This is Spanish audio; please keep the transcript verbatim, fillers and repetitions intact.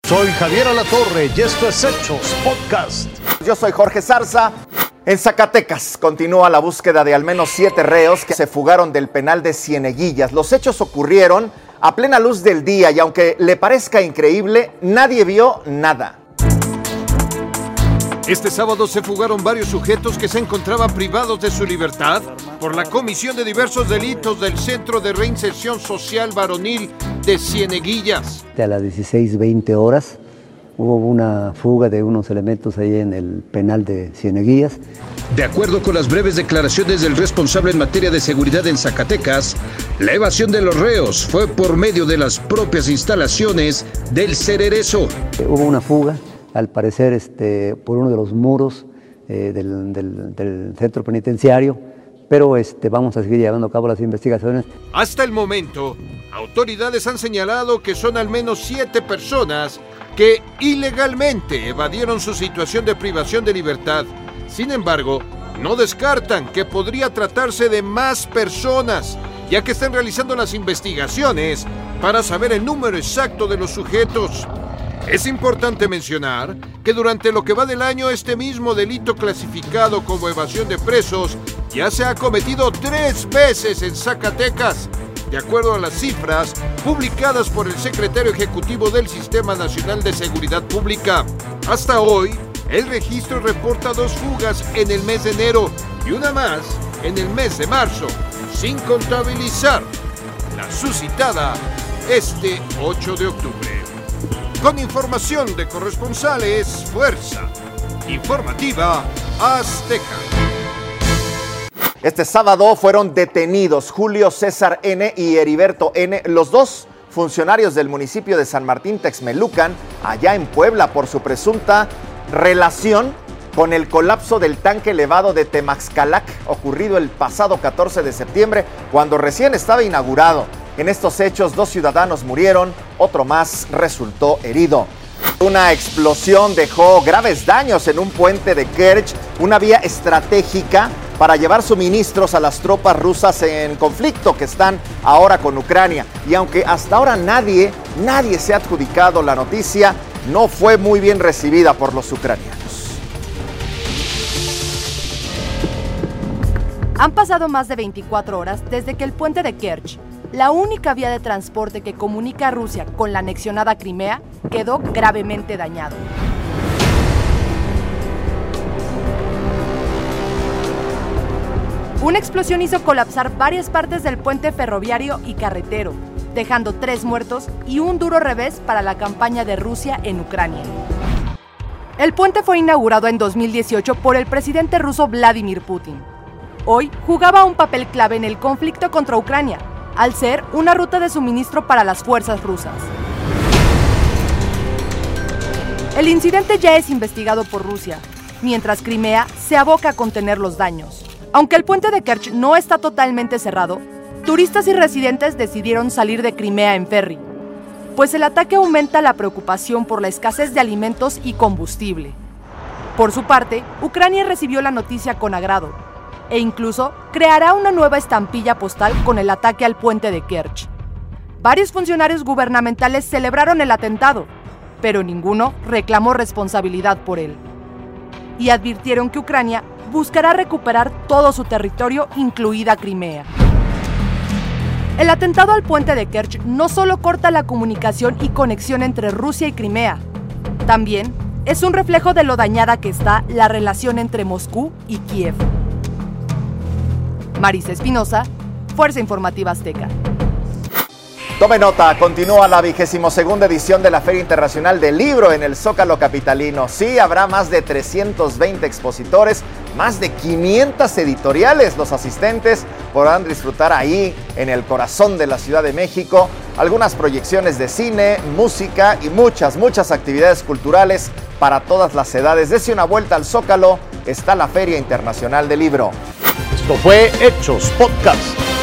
Soy Javier Alatorre y esto es Hechos Podcast. Yo soy Jorge Zarza. En Zacatecas continúa la búsqueda de al menos siete reos que se fugaron del penal de Cieneguillas. Los hechos ocurrieron a plena luz del día y aunque le parezca increíble, nadie vio nada. Este sábado se fugaron varios sujetos que se encontraban privados de su libertad por la comisión de diversos delitos del Centro de Reinserción Social Varonil de Cieneguillas. A las dieciséis veinte horas hubo una fuga de unos elementos ahí en el penal de Cieneguillas. De acuerdo con las breves declaraciones del responsable en materia de seguridad en Zacatecas, la evasión de los reos fue por medio de las propias instalaciones del Cererezo. Hubo una fuga, al parecer este, por uno de los muros eh, del, del, del centro penitenciario, pero este, vamos a seguir llevando a cabo las investigaciones. Hasta el momento, autoridades han señalado que son al menos siete personas que ilegalmente evadieron su situación de privación de libertad. Sin embargo, no descartan que podría tratarse de más personas, ya que están realizando las investigaciones para saber el número exacto de los sujetos. Es importante mencionar que durante lo que va del año este mismo delito clasificado como evasión de presos ya se ha cometido tres veces en Zacatecas, de acuerdo a las cifras publicadas por el secretario ejecutivo del Sistema Nacional de Seguridad Pública. Hasta hoy, el registro reporta dos fugas en el mes de enero y una más en el mes de marzo, sin contabilizar la suscitada este ocho de octubre. Con información de corresponsales, Fuerza Informativa Azteca. Este sábado fueron detenidos Julio César N. y Heriberto N., los dos funcionarios del municipio de San Martín Texmelucan, allá en Puebla, por su presunta relación con el colapso del tanque elevado de Temaxcalac, ocurrido el pasado catorce de septiembre, cuando recién estaba inaugurado. En estos hechos, dos ciudadanos murieron, otro más resultó herido. Una explosión dejó graves daños en un puente de Kerch, una vía estratégica para llevar suministros a las tropas rusas en conflicto que están ahora con Ucrania. Y aunque hasta ahora nadie, nadie se ha adjudicado la noticia, no fue muy bien recibida por los ucranianos. Han pasado más de veinticuatro horas desde que el puente de Kerch, la única vía de transporte que comunica a Rusia con la anexionada Crimea, quedó gravemente dañado. Una explosión hizo colapsar varias partes del puente ferroviario y carretero, dejando tres muertos y un duro revés para la campaña de Rusia en Ucrania. El puente fue inaugurado en dos mil dieciocho por el presidente ruso Vladimir Putin. Hoy jugaba un papel clave en el conflicto contra Ucrania, al ser una ruta de suministro para las fuerzas rusas. El incidente ya es investigado por Rusia, mientras Crimea se aboca a contener los daños. Aunque el puente de Kerch no está totalmente cerrado, turistas y residentes decidieron salir de Crimea en ferry, pues el ataque aumenta la preocupación por la escasez de alimentos y combustible. Por su parte, Ucrania recibió la noticia con agrado, e incluso creará una nueva estampilla postal con el ataque al puente de Kerch. Varios funcionarios gubernamentales celebraron el atentado, pero ninguno reclamó responsabilidad por él. Y advirtieron que Ucrania buscará recuperar todo su territorio, incluida Crimea. El atentado al puente de Kerch no solo corta la comunicación y conexión entre Rusia y Crimea, también es un reflejo de lo dañada que está la relación entre Moscú y Kiev. Marisa Espinosa, Fuerza Informativa Azteca. Tome nota, continúa la vigésimo segunda edición de la Feria Internacional del Libro en el Zócalo capitalino. Sí, habrá más de trescientos veinte expositores, más de quinientas editoriales. Los asistentes podrán disfrutar ahí, en el corazón de la Ciudad de México, algunas proyecciones de cine, música y muchas, muchas actividades culturales para todas las edades. Dese una vuelta al Zócalo, está la Feria Internacional del Libro. Esto fue Hechos Podcast.